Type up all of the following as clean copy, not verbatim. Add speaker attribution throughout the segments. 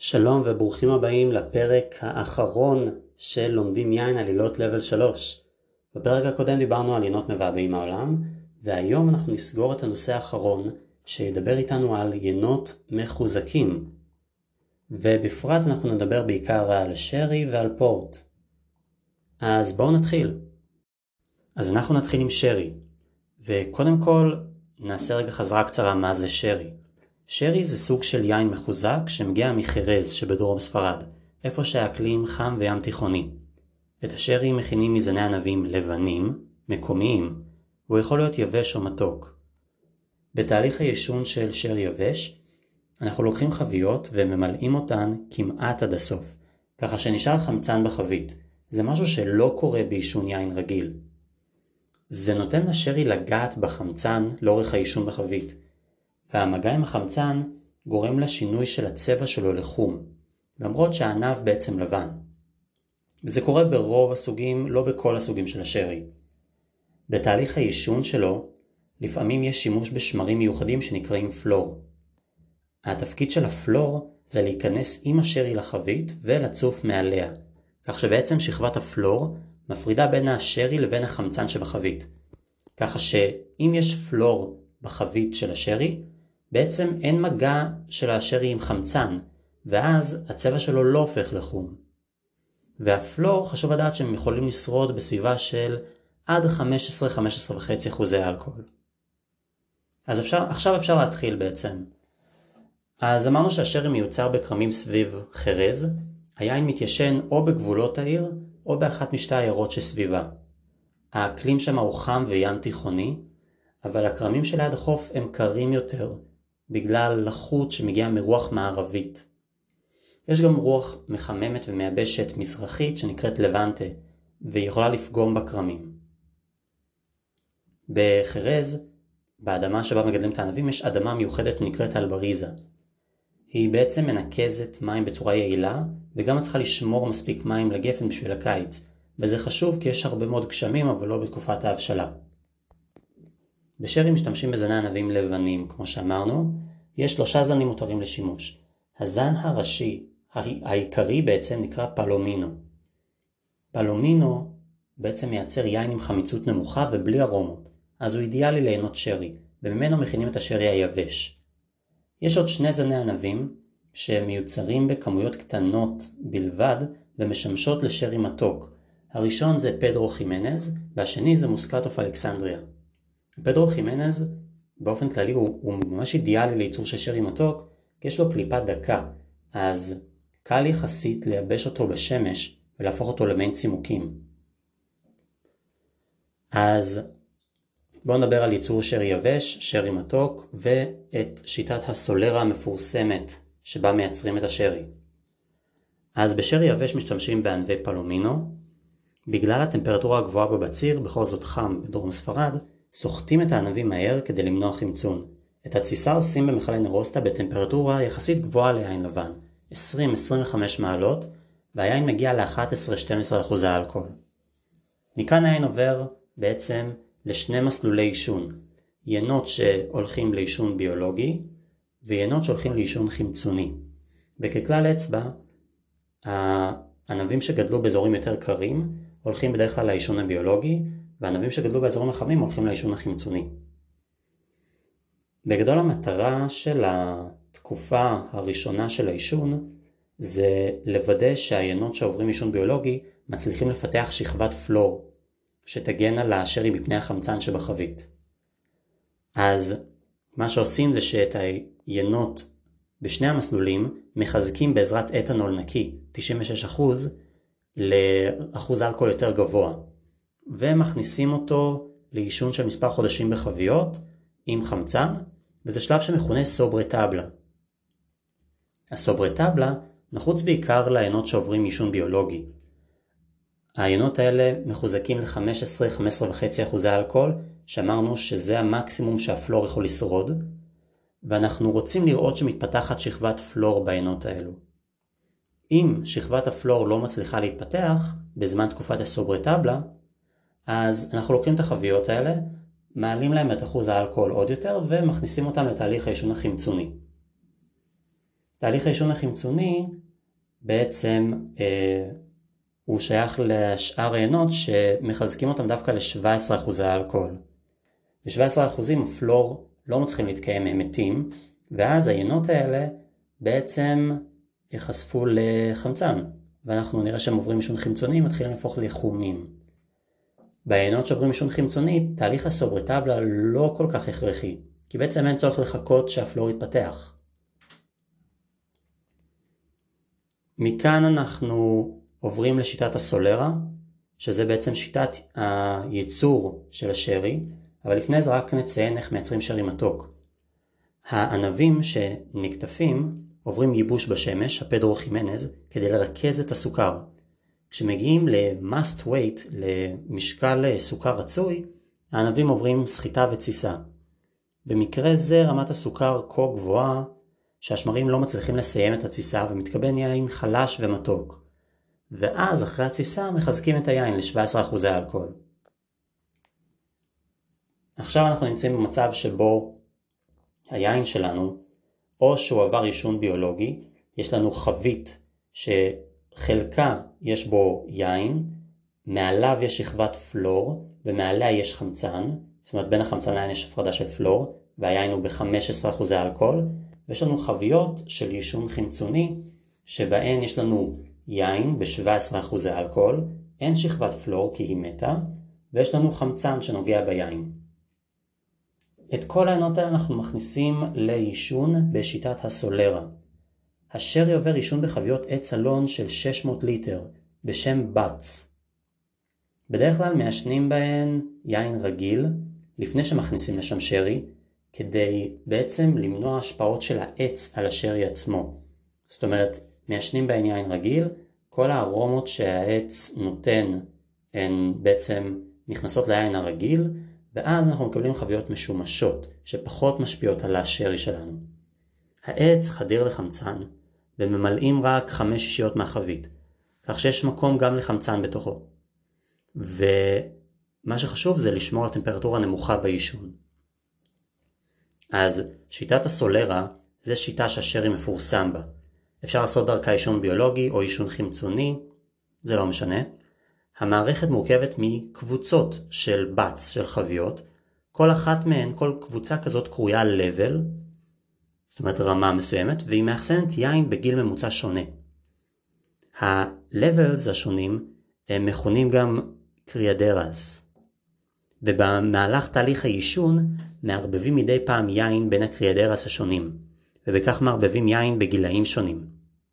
Speaker 1: שלום וברוכים הבאים לפרק האחרון של לומדים יין עלילות לבל 3. בפרק הקודם דיברנו על יינות מבעבעים מהעולם, והיום אנחנו נסגור את הנושא האחרון שידבר איתנו על יינות מחוזקים. ובפרט אנחנו נדבר בעיקר על שרי ועל פורט. אז בואו נתחיל. אז אנחנו נתחיל עם שרי, וקודם כל נעשה רגע חזרה קצרה מה זה שרי. שרי זה סוג של יין מחוזק שמגיע מחרז שבדרום ספרד, איפה שהאקלים חם וים תיכוני. את השרי מכינים מזני ענבים לבנים, מקומיים, והוא יכול להיות יבש או מתוק. בתהליך היישון של שרי יבש, אנחנו לוקחים חביות וממלאים אותן כמעט עד הסוף, ככה שנשאר חמצן בחבית. זה משהו שלא קורה ביישון יין רגיל. זה נותן לשרי לגעת בחמצן לאורך היישון בחבית, והמגע עם החמצן גורם לשינוי של הצבע שלו לחום, למרות שהענב בעצם לבן. וזה קורה ברוב הסוגים, לא בכל הסוגים של השרי. בתהליך היישון שלו, לפעמים יש שימוש בשמרים מיוחדים שנקראים פלור. התפקיד של הפלור זה להיכנס עם השרי לחבית ולצוף מעליה, כך שבעצם שכבת הפלור מפרידה בין השרי לבין החמצן שבחבית. ככה שאם יש פלור בחבית של השרי, בעצם אין מגע של השרי עם חמצן, ואז הצבע שלו לא הופך לחום. והפלור חשוב לדעת שהם יכולים לשרוד בסביבה של עד 15-15.5% אלכוהול. אז עכשיו אפשר להתחיל בעצם. אז אמרנו שהשרי מיוצר בכרמים סביב חרז, היין מתיישן או בגבולות העיר או באחת משתי העיירות שסביבה. האקלים שם הוא חם וים תיכוני, אבל הכרמים שליד החוף הם קרים יותר, בגלל לחות שמגיעה מרוח מערבית. יש גם רוח מחממת ומייבשת מזרחית שנקראת לבנטה, והיא יכולה לפגום בכרמים. בחרז, באדמה שבה מגדלים את הענבים, יש אדמה מיוחדת נקראת אלבריזה. היא בעצם מנקזת מים בצורה יעילה, וגם צריכה לשמור מספיק מים לגפן בשביל הקיץ, וזה חשוב כי יש הרבה מאוד גשמים, אבל לא בתקופת ההבשלה. בשרי משתמשים בזני ענבים לבנים, כמו שאמרנו. יש 3 זנים מותרים לשימוש. הזן הראשי, העיקרי בעצם נקרא פלומינו. פלומינו בעצם מייצר יין עם חמיצות נמוכה ובלי ארומות, אז הוא אידיאלי לעינות שרי, וממנו מכינים את השרי היבש. יש עוד 2 זני ענבים שמיוצרים בכמויות קטנות בלבד ומשמשות לשרי מתוק. הראשון זה פדרו חימנז, והשני זה מוסקטוף אלכסנדריה. פדרו חימנז באופן כללי הוא ממש אידיאלי לייצור של שרי מתוק, כי יש לו קליפה דקה, אז קל יחסית לייבש אותו בשמש ולהפוך אותו למין צימוקים. אז בואו נדבר על ייצור שרי יבש, שרי מתוק, ואת שיטת הסולרה המפורסמת שבה מייצרים את השרי. אז בשרי יבש משתמשים בענבי פלומינו. בגלל הטמפרטורה הגבוהה בבציר, בכל זאת חם בדרום ספרד, סוחטים את הענבים מהר כדי למנוע חמצון. את התסיסה עושים במכלי נרוסטה בטמפרטורה יחסית גבוהה ליין לבן, 20-25 מעלות, והיין מגיע ל-11-12% האלכוהול. מכאן היין עובר בעצם לשני מסלולי עישון, יינות שהולכים לעישון ביולוגי, ויינות שהולכים לעישון חמצוני. בככלל אצבע, הענבים שגדלו באזורים יותר קרים הולכים בדרך כלל לעישון הביולוגי, והענבים שגדלו באזורים החמים הולכים לעישון החמצוני. בגדול המטרה של התקופה הראשונה של העישון זה לוודא שהיינות שעוברים עישון ביולוגי מצליחים לפתח שכבת פלור שתגן על השרי מפני החמצן שבחבית. אז מה שעושים זה שאת היינות בשני המסלולים מחזקים בעזרת אתנול נקי 96% לאחוז אלכוהול יותר גבוה, ומכניסים אותו לעישון של מספר חודשים בחביות עם חמצן, וזה שלב שמכונה סוברטבלה. הסוברטבלה נחוץ בעיקר לעיינות שעוברים עישון ביולוגי. העיינות האלה מחוזקים ל-15-15.5% אלכוהול, שאמרנו שזה המקסימום שהפלור יכול לשרוד, ואנחנו רוצים לראות שמתפתחת שכבת פלור בעיינות האלו. אם שכבת הפלור לא מצליחה להתפתח בזמן תקופת הסוברטבלה, אז אנחנו לוקחים את החביות האלה, מעלים להם את אחוז האלכוהול עוד יותר ומכניסים אותם לתהליך העישון החמצוני. תהליך העישון החמצוני בעצם הוא שייך לשאר העיינות שמחזקים אותם דווקא ל-17% האלכוהול. ב-17% הפלור לא מצליחים להתקיים, הם מתים, ואז העיינות האלה בעצם יחשפו לחמצן, ואנחנו נראה שהם עוברים עישון חמצוני, מתחילים להפוך לחומים. בעיינות שעוברים עישון חמצוני, תהליך הסוברטבלה לא כל כך הכרחי, כי בעצם אין צורך לחכות שהפלור יתפתח. מכאן אנחנו עוברים לשיטת הסולרה, שזה בעצם שיטת הייצור של השרי, אבל לפני זה רק נציין איך מייצרים שרי מתוק. הענבים שנקטפים עוברים ייבוש בשמש, הפדרו חימנז, כדי לרכז את הסוכר. כשמגיעים ל-must weight, למשקל סוכר רצוי, הענבים עוברים סחיטה ותסיסה. במקרה זה רמת הסוכר כה גבוהה, שהשמרים לא מצליחים לסיים את התסיסה ומתקבל יין חלש ומתוק. ואז אחרי התסיסה מחזקים את היין ל-17% האלכוהול. עכשיו אנחנו נמצאים במצב שבו היין שלנו, או שהוא עבר עישון ביולוגי, יש לנו חבית שחלקה יש בו יין, מעליו יש שכבת פלור, ומעליה יש חמצן, זאת אומרת בין החמצן ליין יש הפרדה של פלור, והיין הוא ב-15% האלכוהול, ויש לנו חביות של עישון חמצוני, שבהן יש לנו יין ב-17% האלכוהול, אין שכבת פלור כי היא מתה, ויש לנו חמצן שנוגע ביין. את כל העיינות האלה אנחנו מכניסים לעישון בשיטת הסולרה. השרי עובר עישון בחביות עץ אלון של 600 ליטר, בשם בץ. בדרך כלל מעשנים בהן יין רגיל, לפני שמכניסים לשם שרי, כדי בעצם למנוע השפעות של העץ על השרי עצמו. זאת אומרת, מעשנים בהן יין רגיל, כל הארומות שהעץ נותן הן בעצם נכנסות ליין הרגיל, ואז אנחנו מקבלים חביות משומשות שפחות משפיעות על השרי שלנו. העץ חדיר לחמצן וממלאים רק 5/6 מהחבית, כך שיש מקום גם לחמצן בתוכו. ומה שחשוב זה לשמור על טמפרטורה נמוכה בעישון. אז שיטת הסולרה זה שיטה שהשרי מפורסם בה. אפשר לעשות דרכה עישון ביולוגי או עישון חמצוני, זה לא משנה. המערכת מורכבת מקבוצות של בץ, של חביות. כל אחת מהן, כל קבוצה כזאת קרויה level, זאת אומרת רמה מסוימת, והיא מאחסנת יין בגיל ממוצע שונה. ה-levels השונים הם מכונים גם קריאדרס. ובמהלך תהליך העישון מערבבים מדי פעם יין בין הקריאדרס השונים, ובכך מערבבים יין בגילאים שונים.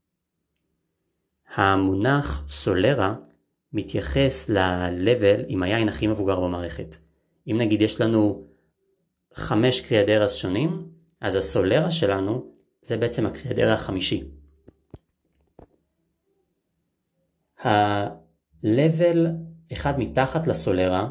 Speaker 1: המונח סולרה מתייחס ל-level עם היין הכי מבוגר במערכת. אם נגיד יש לנו 5 קריאדרס שונים, אז הסולרה שלנו זה בעצם הקריאדרה החמישי. ה-level אחד מתחת לסולרה,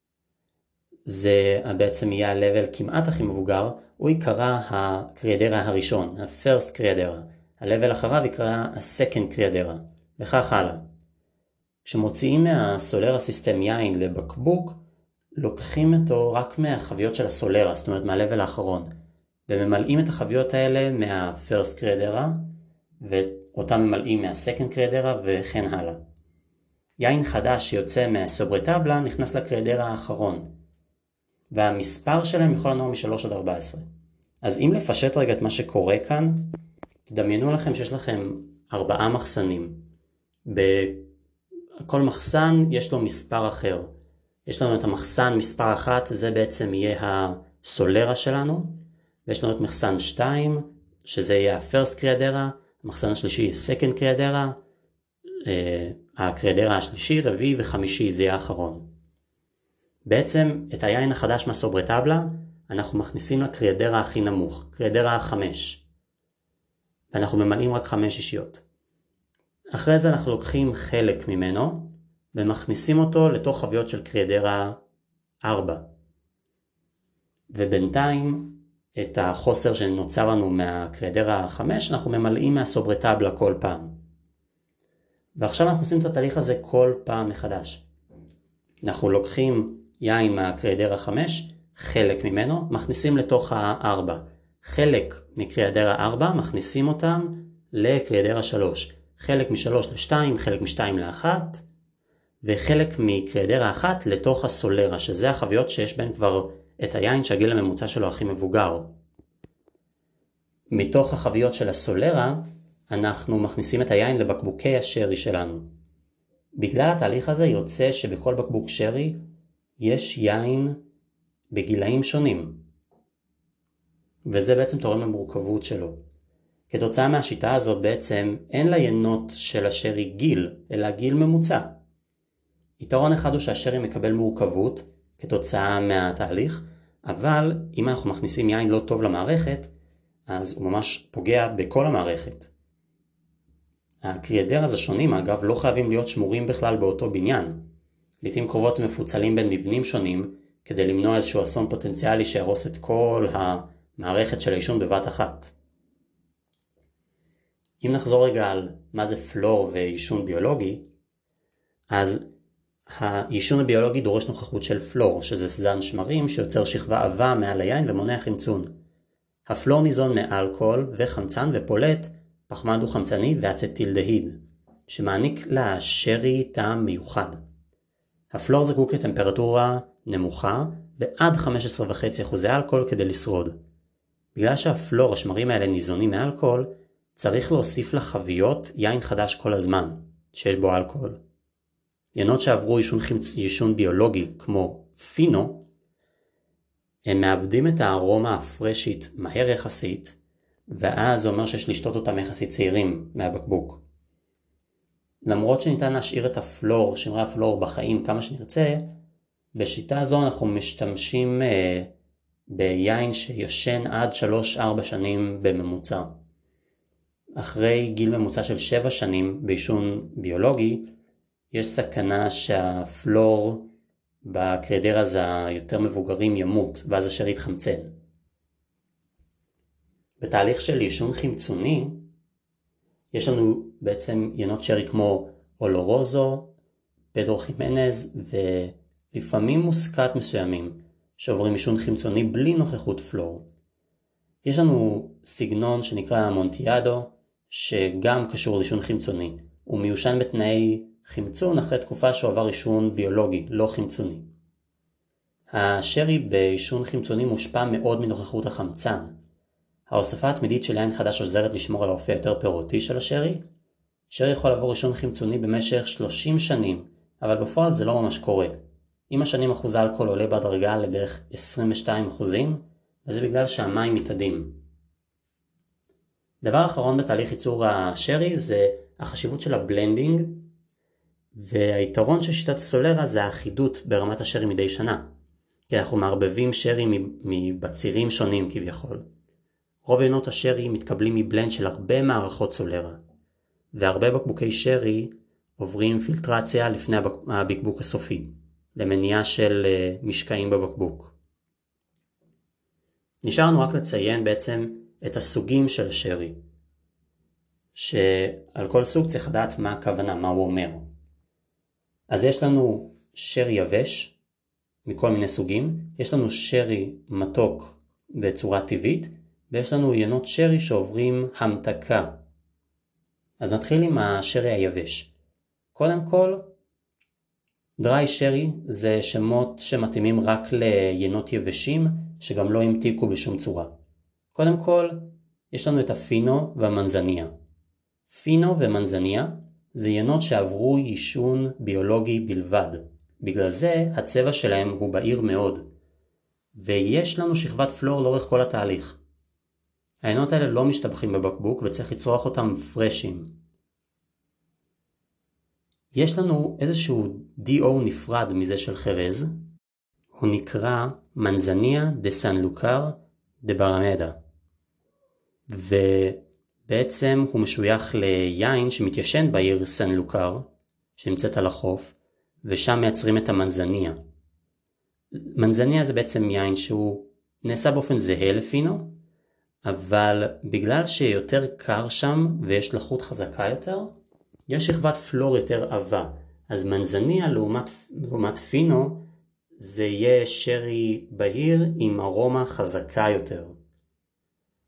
Speaker 1: זה בעצם יהיה ה-level כמעט הכי מבוגר, הוא יקרא הקריאדרה הראשון, ה-first קריאדרה. ה-level אחריו יקרא ה-second קריאדרה, וכך הלאה. כשמוציאים מהסולרה סיסטם יין לבקבוק, לוקחים אותו רק מהחביות של הסולרה, זאת אומרת מהלבל האחרון, וממלאים את החביות האלה מה-first קריאדרה, ואותם ממלאים מה-second קריאדרה וכן הלאה. יין חדש שיוצא מהסוברטבלה נכנס לקריאדרה האחרון, והמספר שלהם יכול לנוע מ-3 עד 14. אז אם לפשט רגע את מה שקורה כאן, תדמיינו לכם שיש לכם 4 מחסנים. בכל מחסן יש לו מספר אחר. יש לנו את המחסן מספר 1, זה בעצם יהיה הסולרה שלנו, ויש לנו את מחסן 2, שזה יהיה ה-first קריאדרה, המחסן השלישי יהיה second קריאדרה, הקריאדרה השלישי, רביעי וחמישי זה יהיה האחרון. בעצם את היין החדש מהסוברטבלה אנחנו מכניסים לקריאדרה הכי נמוך, קריאדרה 5. ואנחנו ממלאים רק 5 שישיות. אחרי זה אנחנו לוקחים חלק ממנו ומכניסים אותו לתוך חביות של קריאדרה 4. ובינתיים את החוסר שנוצר לנו מהקריאדרה 5 אנחנו ממלאים מהסוברטבלה כל פעם. ועכשיו אנחנו עושים את התהליך הזה כל פעם מחדש. אנחנו לוקחים יין מהקריאדרה 5, חלק ממנו, מכניסים לתוך ה-4. חלק מקריאדרה 4 מכניסים אותם לקריאדרה 3. חלק מ-3 ל-2, חלק מ-2 ל-1, וחלק מקריאדרה 1 לתוך הסולרה, שזה החביות שיש בהן כבר את היין שהגיל הממוצע שלו הכי מבוגר. מתוך החביות של הסולרה, אנחנו מכניסים את היין לבקבוקי השרי שלנו. בגלל התהליך הזה יוצא שבכל בקבוק שרי יש יין בגילאים שונים. וזה בעצם תורם למורכבות שלו. כתוצאה מהשיטה הזאת בעצם אין לינות של השרי גיל, אלא גיל ממוצע. יתרון אחד הוא שהשרי מקבל מורכבות כתוצאה מהתהליך, אבל אם אנחנו מכניסים יין לא טוב למערכת, אז הוא ממש פוגע בכל המערכת. הקריאדרה השונים אגב לא חייבים להיות שמורים בכלל באותו בניין. לעתים קרובות מפוצלים בין מבנים שונים כדי למנוע איזשהו אסון פוטנציאלי שירוס את כל המערכת של העישון בבת אחת. אם נחזור רגע על מה זה פלור ועישון ביולוגי, אז העישון הביולוגי דורש נוכחות של פלור, שזה סדן שמרים שיוצר שכבה עבה מעל היין ומונע חמצון. הפלור ניזון מאלכוהול וחמצן ופולט פחמן דו-חמצני ואצטילדהיד, שמעניק לשרי טעם מיוחד. הפלור זקוק לטמפרטורה נמוכה ועד 15.5% אלכוהול כדי לשרוד. בגלל שהפלור, השמרים האלה ניזונים מאלכוהול, צריך להוסיף לחביות יין חדש כל הזמן, שיש בו אלכוהול. ינות שעברו עישון ביולוגי כמו פינו, הם מאבדים את הארומה הפרשית מהר יחסית, ואז זה אומר שיש לשתות אותם יחסית צעירים מהבקבוק. למרות שניתן להשאיר את הפלור, שמרי הפלור בחיים כמה שנרצה, בשיטה הזו אנחנו משתמשים ביין שישן עד 3-4 שנים בממוצע. אחרי גיל ממוצע של 7 שנים בעישון ביולוגי, יש סכנה שהפלור בקריאדרה היותר מבוגרים ימות, ואז השרי יתחמצן. בתהליך של עישון חמצוני, יש לנו בעצם ינות שרי כמו אולורוזו, פדרו חימנז ולפעמים מוסקת מסוימים שעוברים עישון חמצוני בלי נוכחות פלור. יש לנו סגנון שנקרא מונטיאדו שגם קשור לעישון חמצוני. הוא מיושן בתנאי חמצון אחרי תקופה שעבר עישון ביולוגי, לא חמצוני. השרי בעישון חמצוני מושפע מאוד מנוכחות החמצן. ההוספה התמידית של יין חדש עוזרת לשמור על האופי יותר פירותי של השרי. שרי יכול לעבור עישון חמצוני במשך 30 שנים, אבל בפועל זה לא ממש קורה. עם השנים אחוז האלכוהול עולה בהדרגה לבערך 22%, וזה בגלל שהמים מתאדים. דבר אחרון בתהליך ייצור השרי זה החשיבות של הבלנדינג, והיתרון של שיטת הסולרה זה האחידות ברמת השרי מדי שנה, כי אנחנו מערבבים שרי מבצירים שונים כביכול. רוב ינות השרי מתקבלים מבלנד של הרבה מערכות סולרה, והרבה בקבוקי שרי עוברים פילטרציה לפני הבקבוק הסופי, למניעה של משקעים בבקבוק. נשארנו רק לציין בעצם את הסוגים של השרי, שעל כל סוג צריך לדעת מה הכוונה, מה הוא אומר. אז יש לנו שרי יבש מכל מיני סוגים, יש לנו שרי מתוק בצורה טבעית, ויש לנו ינות שרי שעוברים המתקה. אז נתחיל עם השרי היבש. קודם כל, דרי שרי זה שמות שמתאימים רק לינות יבשים שגם לא המתיקו בשום צורה. קודם כל, יש לנו את הפינו והמנזניה. פינו ומנזניה זה ינות שעברו עישון ביולוגי בלבד. בגלל זה הצבע שלהם הוא בהיר מאוד. ויש לנו שכבת פלור לאורך כל התהליך. העינות האלה לא משתבחים בבקבוק וצריך לצרוך אותם פרשים. יש לנו איזשהו DO נפרד מזה של חרז. הוא נקרא מנזניה דה סן לוקר דה ברמדה. ובעצם הוא משוייך ליין שמתיישן בעיר סן לוקר, שנמצאת על החוף, ושם מייצרים את המנזניה. מנזניה זה בעצם יין שהוא נעשה באופן זהה לפינו, אבל בגלל שיותר קר שם ויש לחות חזקה יותר, יש שכבת פלור יותר עבה. אז מנזניה לעומת פינו זה יהיה שרי בהיר עם ארומה חזקה יותר.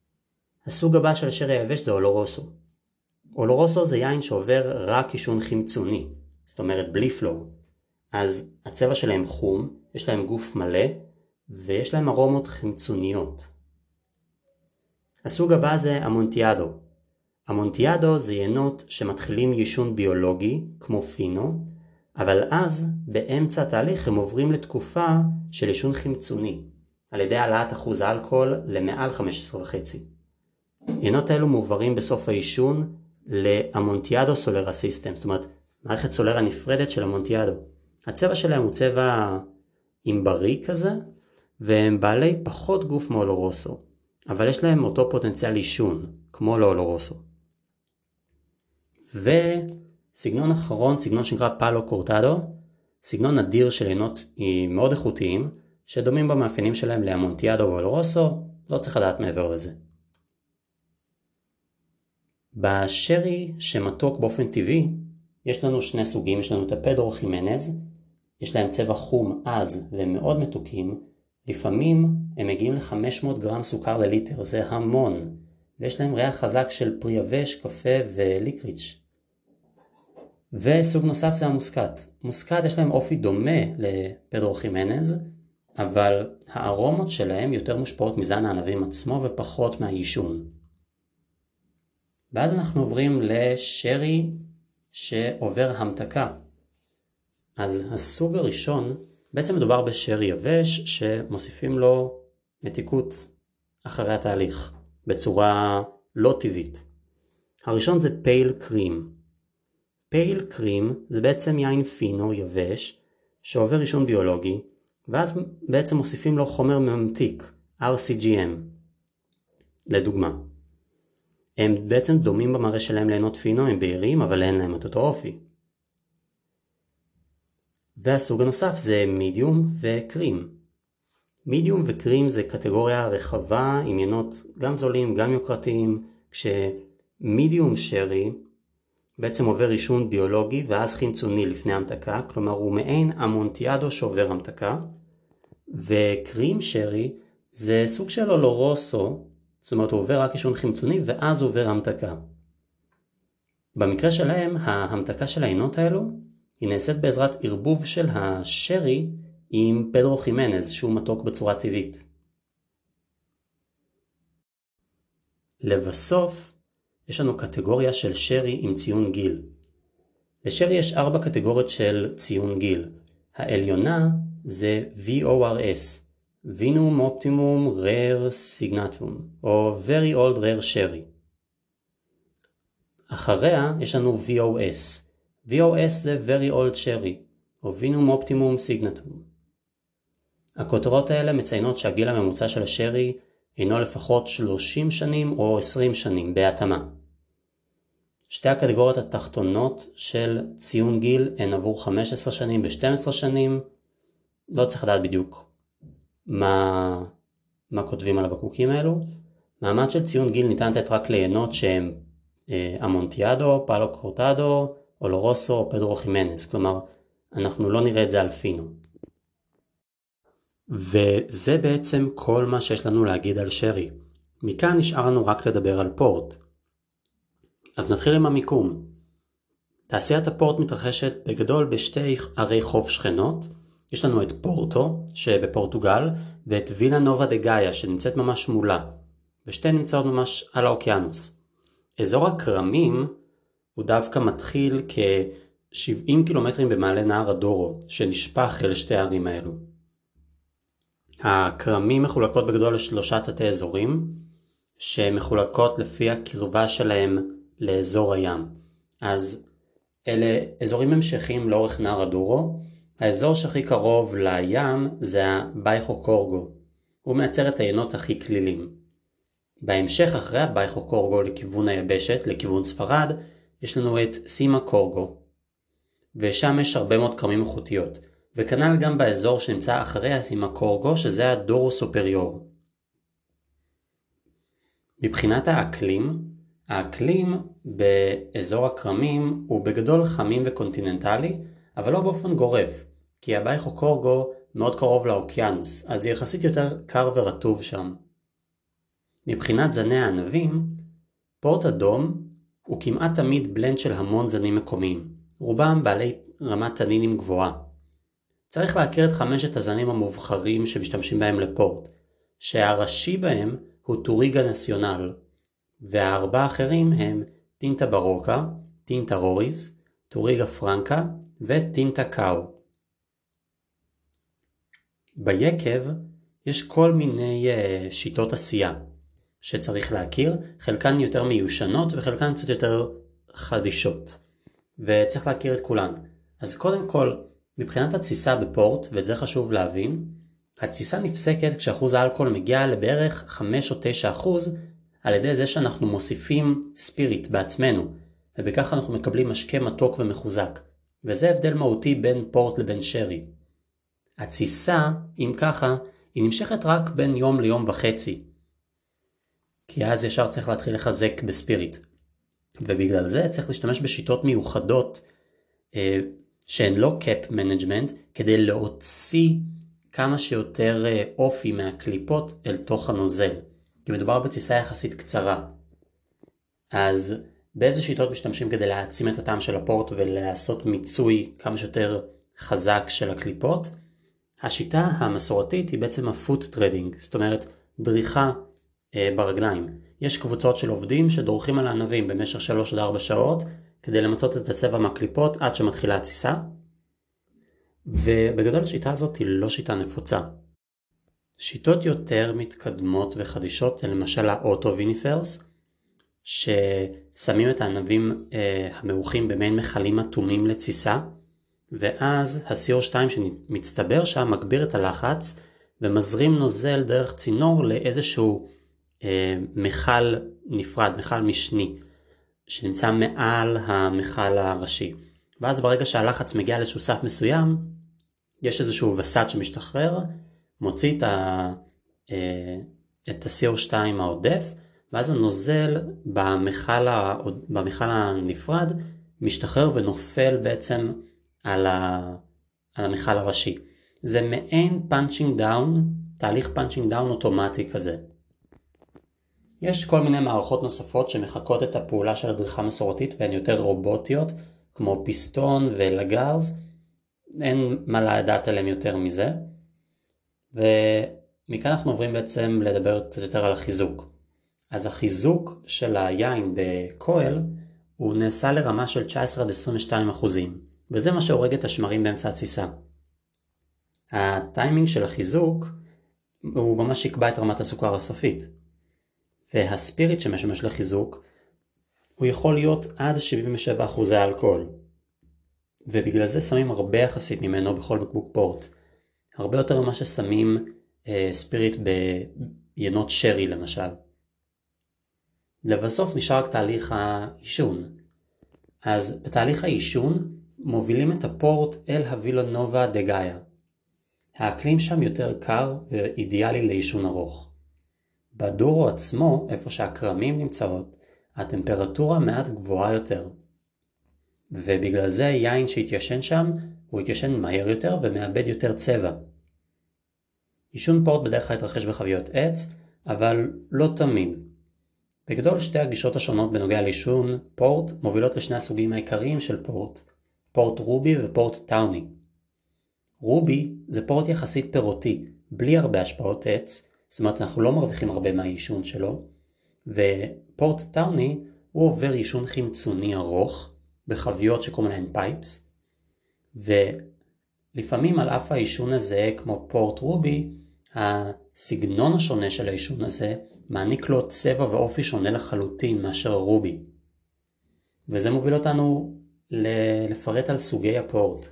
Speaker 1: הסוג הבא של השרי היבש זה אולורוסו. אולורוסו זה יין שעובר רק עישון חמצוני, זאת אומרת בלי פלואו. אז הצבע שלהם חום, יש להם גוף מלא, ויש להם ארומות חמצוניות. הסוג הבא זה אמונטיאדו. אמונטיאדו זה יינות שמתחילים עישון ביולוגי, כמו פינו, אבל אז באמצע התהליך הם עוברים לתקופה של עישון חמצוני, על ידי העלאת אחוז האלכוהול למעל 15.5. יינות אלו מועברים בסוף העישון לאמונטיאדו סולרה סיסטם, זאת אומרת מערכת סולרה נפרדת של אמונטיאדו. הצבע שלהם הוא צבע אימברי כזה, והם בעלי פחות גוף מאולורוסו, אבל יש להם אותו פוטנציאל עישון, כמו לאולורוסו. וסגנון אחרון, סגנון שנקרא פאלו קורטדו, סגנון נדיר של יינות מאוד איכותיים, שדומים במאפיינים שלהם לאמונטיאדו ואולורוסו, לא צריך לדעת מעבר לזה. בשרי שמתוק באופן טבעי, יש לנו שני סוגים, יש לנו את הפדרו חימנז, יש להם צבע חום עז והם מאוד מתוקים, לפעמים הם מגיעים ל-500 גרם סוכר לליטר, זה המון, ויש להם ריח חזק של פרי יבש, קפה וליקריץ'. וסוג נוסף זה המוסקט. מוסקט יש להם אופי דומה לפדרו חימנז, אבל הארומות שלהם יותר מושפעות מזן הענבים עצמו ופחות מהעישון. ואז אנחנו עוברים לשרי שעובר המתקה. אז הסוג הראשון, בעצם מדובר בשרי יבש שמוסיפים לו מתיקות אחרי התהליך, בצורה לא טבעית. הראשון זה פייל קרים. פייל קרים זה בעצם יין פינו יבש שעובר עישון ביולוגי, ואז בעצם מוסיפים לו חומר ממתיק, RCGM. לדוגמה, הם בעצם דומים במראה שלהם לעינות פינו, הם בהירים אבל אין להם את אותו אופי. והסוג הנוסף זה מידיום וקרים. מידיום וקרים זה קטגוריה רחבה עם יינות גם זולים גם יוקרתיים, כשמידיום שרי בעצם עובר עישון ביולוגי ואז חמצוני לפני המתקה, כלומר הוא מעין אמונטיאדו שעובר המתקה, וקרים שרי זה סוג של אולורוסו, זאת אומרת הוא עובר רק עישון חמצוני ואז עובר המתקה. במקרה שלהם ההמתקה של העינות האלו היא נעשית בעזרת ערבוב של השרי עם פדרו חימנז שהוא מתוק בצורה טבעית. לבסוף יש לנו קטגוריה של שרי עם ציון גיל. לשרי יש 4 קטגוריות של ציון גיל. העליונה זה VORS, Vinum Optimum Rare Signatum, או Very Old Rare Sherry. אחריה יש לנו VOS. VOS זה Very Old Sherry, או Vinum Optimum Signatum. הכותרות האלה מציינות שהגיל הממוצע של השרי אינו לפחות 30 שנים או 20 שנים בהתאמה. שתי הקטגוריות התחתונות של ציון גיל הן עבור 15 שנים ב-12 שנים. לא צריך לדעת בדיוק מה כותבים על הבקבוקים האלו. מעמד של ציון גיל ניתן לתת רק ליינות שהם אמונטיאדו, פאלו קורטדו, אולורוסו או פדרו חימנז. כלומר, אנחנו לא נראה את זה על פינו. וזה בעצם כל מה שיש לנו להגיד על שרי. מכאן נשאר לנו רק לדבר על פורט. אז נתחיל עם המיקום. תעשיית הפורט מתרחשת בגדול בשתי ערי חוף שכנות. יש לנו את פורטו שבפורטוגל ואת וילה נובה דה גאיה שנמצאת ממש מולה. ושתי נמצאות ממש על האוקיינוס. אזור הקרמים הוא דווקא מתחיל כ-70 קילומטרים במעלה נהר הדורו שנשפך אל שתי הערים האלו. הקרמים מחולקות בגדול לשלושה תתי אזורים שמחולקות לפי הקרבה שלהם לאזור הים. אז אלה אזורים המשכים לאורך נהר הדורו. האזור שהכי קרוב לים זה הבייחו קורגו. הוא מייצר את העיינות הכי כלילים. בהמשך אחרי הבייחו קורגו לכיוון היבשת, לכיוון ספרד, יש לנו את סימה קורגו. ושם יש הרבה מאוד קרמים איכותיות. וכנ"ל גם באזור שנמצא אחרי הסימה קורגו, שזה הדורו סופריור. מבחינת האקלים באזור הקרמים הוא בגדול חמים וקונטיננטלי, אבל לא באופן גורף, כי הבייחו קורגו מאוד קרוב לאוקיינוס, אז זה יחסית יותר קר ורטוב שם. מבחינת זני הענבים, פורט אדום הוא כמעט תמיד בלנד של המון זנים מקומיים, רובם בעלי רמת טנינים גבוהה. צריך להכיר את 5 הזנים המובחרים שמשתמשים בהם לפורט, שהראשי בהם הוא טוריגה נציונל, וה4 האחרים הם טינטה ברוקה, טינטה רוריז, טוריגה פרנקה וטינטה קאו. ביקב יש כל מיני שיטות עשייה שצריך להכיר, חלקן יותר מיושנות וחלקן קצת יותר חדישות, וצריך להכיר את כולן. אז קודם כל, מבחינת התסיסה בפורט, ואת זה חשוב להבין, התסיסה נפסקת כשאחוז האלכוהול מגיע לבערך 5 או 9% על ידי זה שאנחנו מוסיפים ספיריט בעצמנו, ובכך אנחנו מקבלים משקה מתוק ומחוזק, וזה הבדל מהותי בין פורט לבין שרי. התסיסה, אם ככה, היא נמשכת רק בין יום ליום וחצי, כי אז ישר צריך להתחיל לחזק בספיריט. ובגלל זה צריך להשתמש בשיטות מיוחדות שהן לא קאפ מנג'מנט, כדי להוציא כמה שיותר אופי מהקליפות אל תוך הנוזל, כי מדובר בתסיסה יחסית קצרה. אז באיזה שיטות משתמשים כדי להעצים את הטעם של הפורט ולעשות מיצוי כמה שיותר חזק של הקליפות? השיטה המסורתית היא בעצם הפוט טרדינג, זאת אומרת דריכה ברגליים. יש קבוצות של עובדים שדורכים על הענבים במשך 3-4 שעות כדי למצות את הצבע מהקליפות עד שמתחילה התסיסה. ובגדול השיטה הזאת היא לא שיטה נפוצה. שיטות יותר מתקדמות וחדישות זה למשל האוטו-ויניפרס, ששמים את הענבים המעוכים במעין מכלים אטומים לתסיסה, ואז ה-CO2 שמצטבר שם מגביר את הלחץ ומזרים נוזל דרך צינור לאיזשהו מכל נפרד, מכל משני, שנמצא מעל המכל הראשי. ואז ברגע שהלחץ מגיע לאיזשהו סף מסוים, יש איזשהו וסת שמשתחרר, מוציא את ה-CO2 העודף, ואז הנוזל במכל הנפרד משתחרר ונופל בעצם על המכל הראשי. זה מעין פאנצ'ינג דאון, תהליך פאנצ'ינג דאון אוטומטי כזה. יש כל מיני מערכות נוספות שמחקות את הפעולה של הדריכה מסורתית והן יותר רובוטיות, כמו פיסטון ולגרז. אין מה לדעת עליהם יותר מזה. ומכאן אנחנו עוברים בעצם לדבר קצת יותר על החיזוק. אז החיזוק של היין בקוהל הוא נעשה לרמה של 19-22%, וזה מה שהורג את השמרים באמצע התסיסה. הטיימינג של החיזוק הוא ממש יקבע את רמת הסוכר הסופית. והספיריט שמשמש לחיזוק הוא יכול להיות עד 77% אלכוהול. ובגלל זה שמים הרבה יחסית ממנו בכל בקבוק פורט. הרבה יותר ממה ששמים ספיריט ביינות שרי למשל. לבסוף נשאר רק תהליך האישון. אז בתהליך האישון מובילים את הפורט אל הווילנובה דה גאיה. האקלים שם יותר קר ואידיאלי לאישון ארוך. בדורו עצמו, איפה שהקרמים נמצאות, הטמפרטורה מעט גבוהה יותר. ובגלל זה יין שהתיישן שם, הוא התיישן מהר יותר ומאבד יותר צבע. אישון פורט בדרך כלל התרחש בחביות עץ, אבל לא תמיד. בגדול שתי הגישות השונות בנוגע לאישון פורט מובילות לשני הסוגים העיקריים של פורט, פורט רובי ופורט טאוני. רובי זה פורט יחסית פירותי, בלי הרבה השפעות עץ, זאת אומרת אנחנו לא מרוויחים הרבה מהאישון שלו, ופורט טאוני הוא עובר אישון חמצוני ארוך, בחביות שקוראים להן פייפס, ולפעמים על אף האישון הזה כמו פורט רובי, הסגנון השונה של האישון הזה מעניק לו צבע ואופי שונה לחלוטין מאשר רובי. וזה מוביל אותנו לפרט על סוגי הפורט.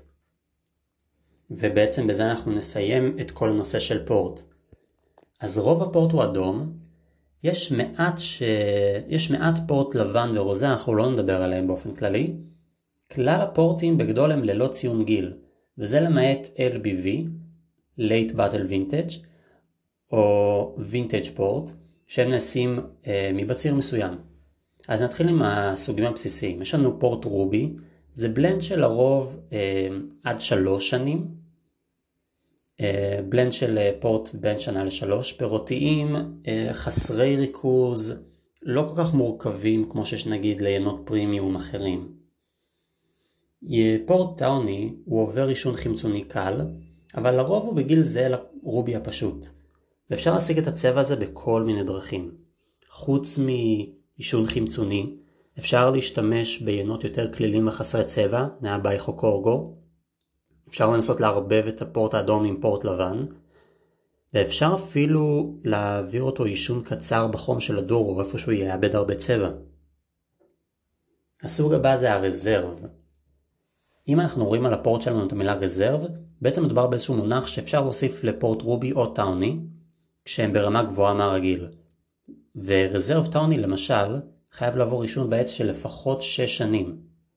Speaker 1: ובעצם בזה אנחנו נסיים את כל הנושא של פורט. אז רוב הפורט הוא אדום, יש מעט פורט לבן ורוזה, אנחנו לא נדבר עליהם באופן כללי. כלל הפורטים בגדול הם ללא ציון גיל, וזה למעט LBV, Late Battle Vintage, או Vintage Port, שהם נעשים מבציר מסוים. אז נתחיל עם הסוגים הבסיסיים. יש לנו פורט רובי, זה בלנד של הרוב עד 3 שנים, בלנד של פורט בין שנה ל3, פירותיים, חסרי ריכוז, לא כל כך מורכבים כמו שיש נגיד לינות פרימיום אחרים. פורט טאוני הוא עובר עישון חמצוני קל, אבל לרוב הוא בגיל זה לרובי הפשוט. ואפשר להשיג את הצבע הזה בכל מיני דרכים. חוץ מעישון חמצוני, אפשר להשתמש בינות יותר כלילים וחסרי צבע, מהבייך או קורגו. אפשר לנסות לערבב את הפורט האדום עם פורט לבן. ואפשר אפילו להעביר אותו עישון קצר בחום של הדור, או איפה שהוא יאבד הרבה צבע. הסוג הבא זה הרזרב. אם אנחנו רואים על הפורט שלנו את המילה רזרב, בעצם מדובר באיזשהו מונח שאפשר להוסיף לפורט רובי או טאוני, כשהם ברמה גבוהה מהרגיל. ורזרב טאוני למשל, חייב לעבור עישון בעץ של לפחות 6 שנים.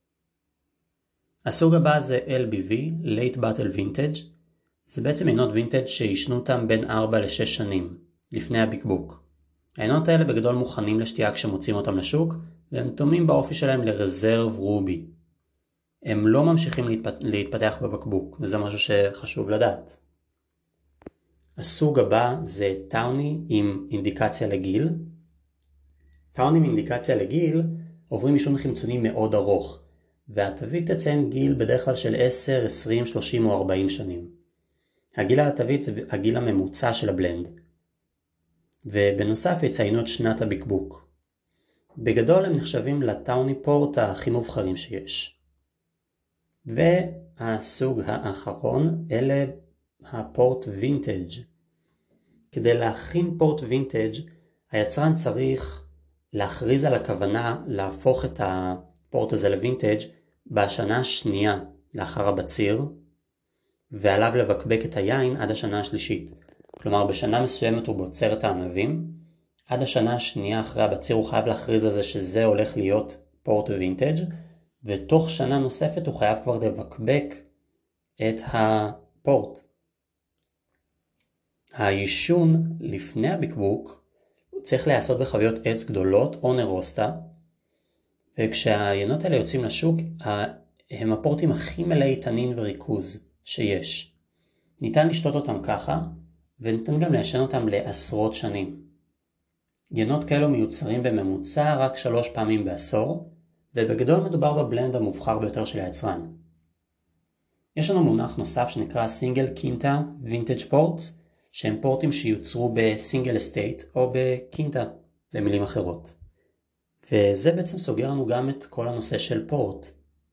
Speaker 1: הסוג הבא זה LBV, Late Battle Vintage. זה בעצם עינות וינטג' שישנו אותם בין 4 ל-6 שנים, לפני הבקבוק. העינות האלה בגדול מוכנים לשתייה כשמוצאים אותם לשוק, והם דומים באופי שלהם לרזרב רובי. הם לא ממשיכים להתפתח בבקבוק, וזה משהו שחשוב לדעת. הסוג הבא זה טאוני עם אינדיקציה לגיל. טאוני עם אינדיקציה לגיל עוברים עישון חמצוני מאוד ארוך, והתווית תציין גיל בדרך כלל של 10, 20, 30 או 40 שנים. הגיל על התווית זה הגיל הממוצע של הבלנד. ובנוסף יציינו את שנת הבקבוק. בגדול הם נחשבים לטאוני פורט הכי מובחרים שיש. והסוג האחרון אלה הפורט וינטג'. כדי להכין פורט וינטג' היצרן צריך להכריז על הכוונה להפוך את הפורט הזה לוינטג' בשנה השנייה לאחר הבציר, ועליו לבקבק את היין עד השנה השלישית. כלומר בשנה מסוימת הוא בוצר את הענבים, עד השנה השנייה אחרי הבציר הוא חייב להכריז על זה שזה הולך להיות פורט וינטג', ותוך שנה נוספת הוא חייב כבר לבקבק את הפורט. העישון לפני הבקבוק צריך להיעשות בחביות עץ גדולות או נרוסטה, וכשהעיינות האלה יוצאים לשוק הם הפורטים הכי מלאי תנין וריכוז שיש. ניתן לשתות אותם ככה, וניתן גם לעשן אותם לעשרות שנים. יינות כאלו מיוצרים בממוצע רק 3 פעמים בעשור, ובגדול מדובר בבלנד המובחר ביותר של היצרן. יש לנו מונח נוסף שנקרא סינגל קינטה וינטג' פורטס, שהם פורטים שיוצרו בסינגל אסטייט או בקינטה במילים אחרות. וזה בעצם סוגר לנו גם את כל הנושא של פורט.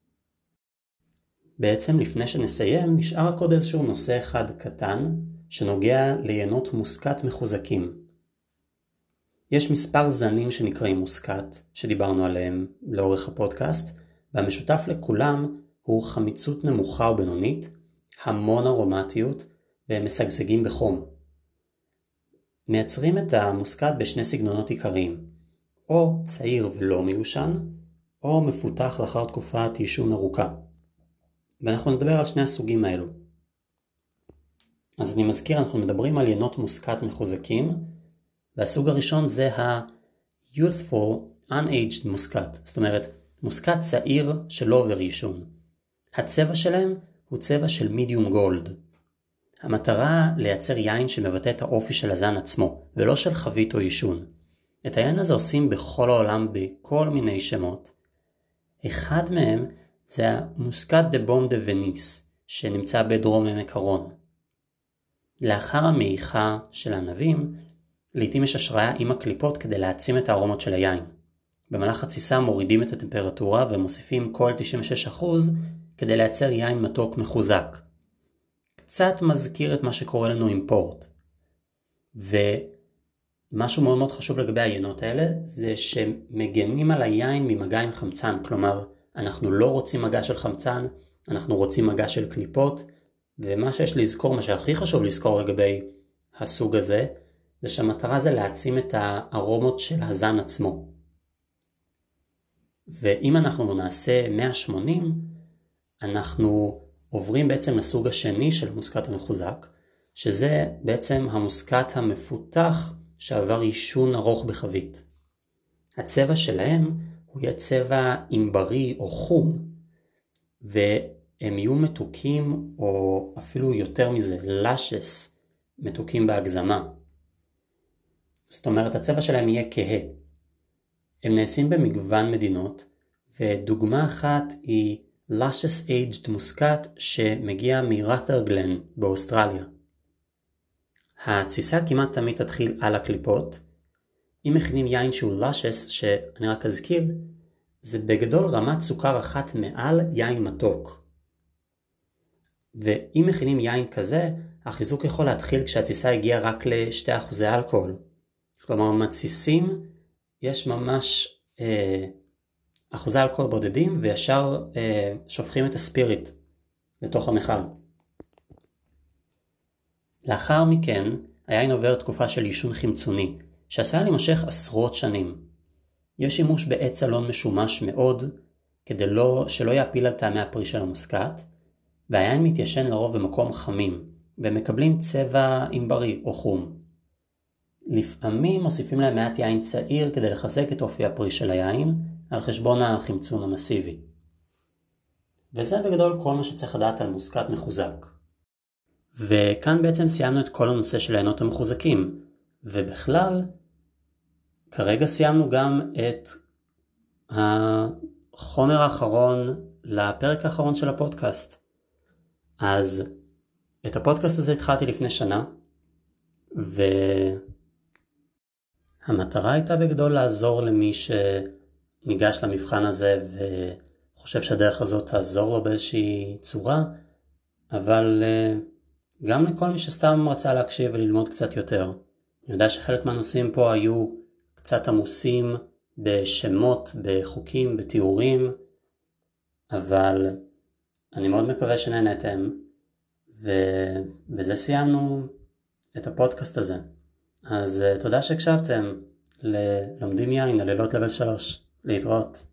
Speaker 1: בעצם לפני שנסיים נשאר רק עוד איזשהו נושא אחד קטן שנוגע ליינות מוסקת מחוזקים. יש מספר זנים שנקראים מוסקת שדיברנו עליהם לאורך הפודקאסט, והמשותף לכולם הוא חמיצות נמוכה או בינונית, המון ארומטיות והם משגשגים בחום. מייצרים את המוסקת בשני סגנונות עיקריים, או צעיר ולא מיושן, או מפותח לאחר תקופת עישון ארוכה. ואנחנו נדבר על שני הסוגים האלו. אז אני מזכיר, אנחנו מדברים על יינות מוסקת מחוזקים, והסוג הראשון זה ה-youthful unaged מוסקת, זאת אומרת מוסקת צעיר שלא עובר עישון. הצבע שלהם הוא צבע של medium gold. המטרה לייצר יין שמבטא את האופי של הזן עצמו, ולא של חבית או עישון. את היין הזה עושים בכל העולם בכל מיני שמות. אחד מהם זה המוסקת דה בום דה וניס, שנמצא בדרום עמק הרון. לאחר המעיכה של הענבים, לעתים יש השראה עם הקליפות כדי להעצים את הארומות של היין. במהלך התסיסה מורידים את הטמפרטורה ומוסיפים כל 96% כדי לייצר יין מתוק מחוזק. קצת מזכיר את מה שקורה לנו עם פורט. ומשהו מאוד מאוד חשוב לגבי היינות האלה זה שמגנים על היין ממגע עם חמצן, כלומר אנחנו לא רוצים מגע של חמצן, אנחנו רוצים מגע של קליפות, ומה שיש לזכור, מה שהכי חשוב לזכור לגבי הסוג הזה, זה שהמטרה זה להעצים את הארומות של הזן עצמו. ואם אנחנו נעשה 180, אנחנו עוברים בעצם לסוג השני של המוסקת המחוזק, שזה בעצם המוסקת המפותח שעבר עישון ארוך בחבית. הצבע שלהם הוא יהיה צבע עמברי או חום, הם יהיו מתוקים או אפילו יותר מזה, לשס, מתוקים בהגזמה. זאת אומרת, הצבע שלהם יהיה כהה. הם נעשים במגוון מדינות, ודוגמה אחת היא לשס אייג'ד מוסקט שמגיע מרת'רגלן באוסטרליה. התסיסה כמעט תמיד תתחיל על הקליפות. אם מכינים יין שהוא לשס, שאני רק אזכיר, זה בגדול רמת סוכר אחת מעל יין מתוק. ואם מכינים יין כזה, החיזוק יכול להתחיל כשהתסיסה הגיעה רק ל2% אלכוהול. כלומר, מתסיסים, יש ממש אחוזי אלכוהול בודדים, וישר שופכים את הספיריט לתוך המכל. לאחר מכן, היין עובר תקופה של עישון חמצוני, שעשויה להימשך עשרות שנים. יש שימוש בעץ אלון משומש מאוד, כדי שלא יפיל על טעמי הפרי של המוסקט, והיין מתיישן לרוב במקום חמים, ומקבלים צבע עמברי או חום. לפעמים מוסיפים להם מעט יין צעיר כדי לחזק את אופי הפרי של היין, על חשבון החמצון המסיבי. וזה בגדול כל מה שצריך לדעת על מוסקט מחוזק. וכאן בעצם סיימנו את כל הנושא של העינות המחוזקים, ובכלל, כרגע סיימנו גם את החומר האחרון לפרק האחרון של הפודקאסט. אז את הפודקאסט הזה התחלתי לפני שנה, והמטרה הייתה בגדול לעזור למי שניגש למבחן הזה וחושב שהדרך הזאת תעזור לו באיזושהי צורה, אבל גם לכל מי שסתם רצה להקשיב וללמוד קצת יותר. אני יודע שחלק מהנושאים פה היו קצת עמוסים בשמות, בחוקים, בתיאורים, אבל אני מאוד מקווה שנהנתם, ובזה סיימנו את הפודקאסט הזה. אז תודה שהקשבתם ללומדים יין, ללילות לבל 3. להתראות.